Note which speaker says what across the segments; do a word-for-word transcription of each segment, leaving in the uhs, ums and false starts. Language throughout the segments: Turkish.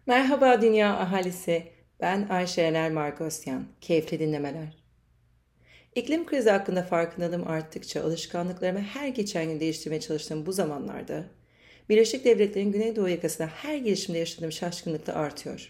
Speaker 1: Merhaba dünya ahalisi. Ben Ayşe Ener Margosyan. Keyifli dinlemeler. İklim krizi hakkında farkındalığım arttıkça alışkanlıklarımı her geçen gün değiştirmeye çalıştığım bu zamanlarda Birleşik Devletler'in Güneydoğu yakasına her girişimde yaşadığım şaşkınlık da artıyor.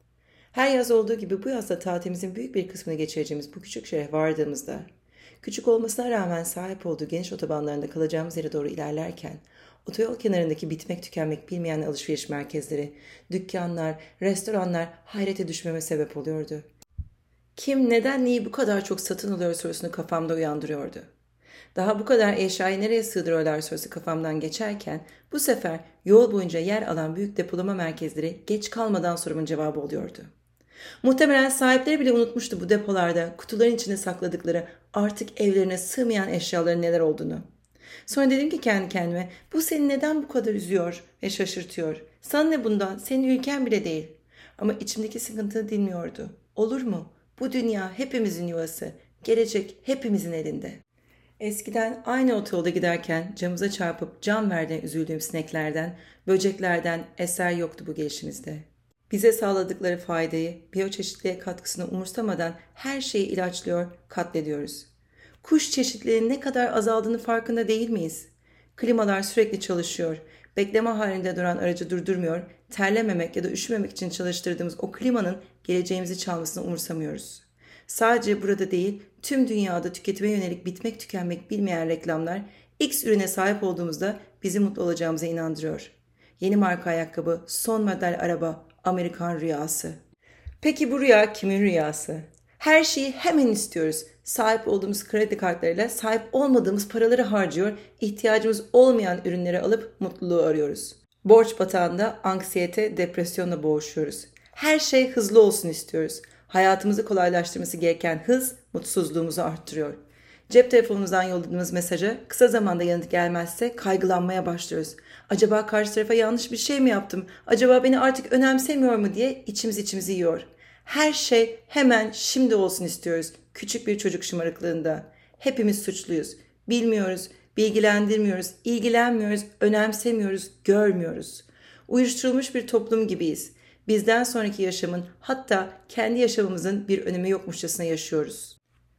Speaker 1: Her yaz olduğu gibi bu yazda tatilimizin büyük bir kısmını geçireceğimiz bu küçük şehre vardığımızda, küçük olmasına rağmen sahip olduğu geniş otobanlarında kalacağımız yere doğru ilerlerken, otoyol kenarındaki bitmek tükenmek bilmeyen alışveriş merkezleri, dükkanlar, restoranlar hayrete düşmeme sebep oluyordu. Kim neden neyi bu kadar çok satın alıyor sorusunu kafamda uyandırıyordu. Daha bu kadar eşyayı nereye sığdırıyorlar sorusu kafamdan geçerken bu sefer yol boyunca yer alan büyük depolama merkezleri geç kalmadan sorumun cevabı oluyordu. Muhtemelen sahipleri bile unutmuştu bu depolarda kutuların içine sakladıkları artık evlerine sığmayan eşyaların neler olduğunu. Sonra dedim ki kendi kendime bu seni neden bu kadar üzüyor ve şaşırtıyor? Sana ne bundan? Senin ülken bile değil. Ama içimdeki sıkıntı dinmiyordu. Olur mu? Bu dünya hepimizin yuvası. Gelecek hepimizin elinde. Eskiden aynı otoyolda giderken camımıza çarpıp can verdiğine üzüldüğüm sineklerden, böceklerden eser yoktu bu gelişimizde. Bize sağladıkları faydayı, biyoçeşitliliğe katkısını umursamadan her şeyi ilaçlıyor, katlediyoruz. Kuş çeşitliliğinin ne kadar azaldığını farkında değil miyiz? Klimalar sürekli çalışıyor. Bekleme halinde duran aracı durdurmuyor, terlememek ya da üşümemek için çalıştırdığımız o klimanın geleceğimizi çalmasını umursamıyoruz. Sadece burada değil, tüm dünyada tüketime yönelik bitmek tükenmek bilmeyen reklamlar X ürüne sahip olduğumuzda bizi mutlu olacağımıza inandırıyor. Yeni marka ayakkabı, son model araba, Amerikan rüyası. Peki bu rüya kimin rüyası? Her şeyi hemen istiyoruz. Sahip olduğumuz kredi kartlarıyla sahip olmadığımız paraları harcıyor, ihtiyacımız olmayan ürünleri alıp mutluluğu arıyoruz. Borç batağında anksiyete, depresyonla boğuşuyoruz. Her şey hızlı olsun istiyoruz. Hayatımızı kolaylaştırması gereken hız mutsuzluğumuzu arttırıyor. Cep telefonumuzdan yolladığımız mesaja kısa zamanda yanıt gelmezse kaygılanmaya başlıyoruz. Acaba karşı tarafa yanlış bir şey mi yaptım? Acaba beni artık önemsemiyor mu diye içimiz içimizi yiyor. Her şey hemen şimdi olsun istiyoruz. Küçük bir çocuk şımarıklığında. Hepimiz suçluyuz. Bilmiyoruz, bilgilendirmiyoruz, ilgilenmiyoruz, önemsemiyoruz, görmüyoruz. Uyuşturulmuş bir toplum gibiyiz. Bizden sonraki yaşamın hatta kendi yaşamımızın bir önemi yokmuşçasına yaşıyoruz.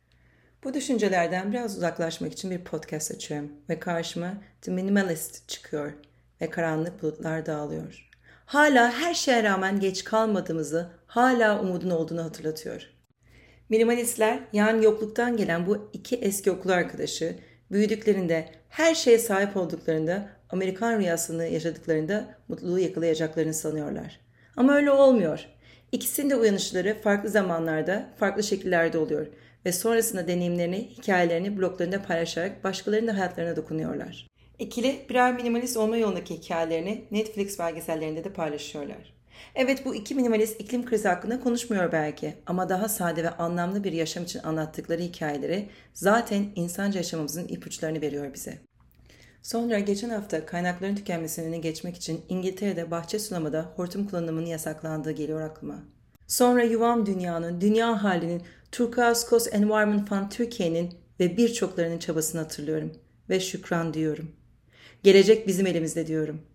Speaker 1: Bu düşüncelerden biraz uzaklaşmak için bir podcast açıyorum ve karşıma The Minimalist çıkıyor ve karanlık bulutlar dağılıyor. Hala her şeye rağmen geç kalmadığımızı, hala umudun olduğunu hatırlatıyor. Minimalistler yani yokluktan gelen bu iki eski okul arkadaşı büyüdüklerinde, her şeye sahip olduklarında, Amerikan rüyasını yaşadıklarında mutluluğu yakalayacaklarını sanıyorlar. Ama öyle olmuyor. İkisinin de uyanışları farklı zamanlarda, farklı şekillerde oluyor ve sonrasında deneyimlerini, hikayelerini bloglarında paylaşarak başkalarının da hayatlarına dokunuyorlar. İkili birer minimalist olma yolundaki hikayelerini Netflix belgesellerinde de paylaşıyorlar. Evet, bu iki minimalist iklim krizi hakkında konuşmuyor belki ama daha sade ve anlamlı bir yaşam için anlattıkları hikayeleri zaten insanca yaşamımızın ipuçlarını veriyor bize. Sonra geçen hafta kaynakların tükenmesinin önüne geçmek için İngiltere'de bahçe sulamada hortum kullanımının yasaklandığı geliyor aklıma. Sonra Yuvam Dünya'nın, Dünya Hali'nin, Turkuaz Coast Environment Fund Türkiye'nin ve birçoklarının çabasını hatırlıyorum ve şükran diyorum. Gelecek bizim elimizde diyorum.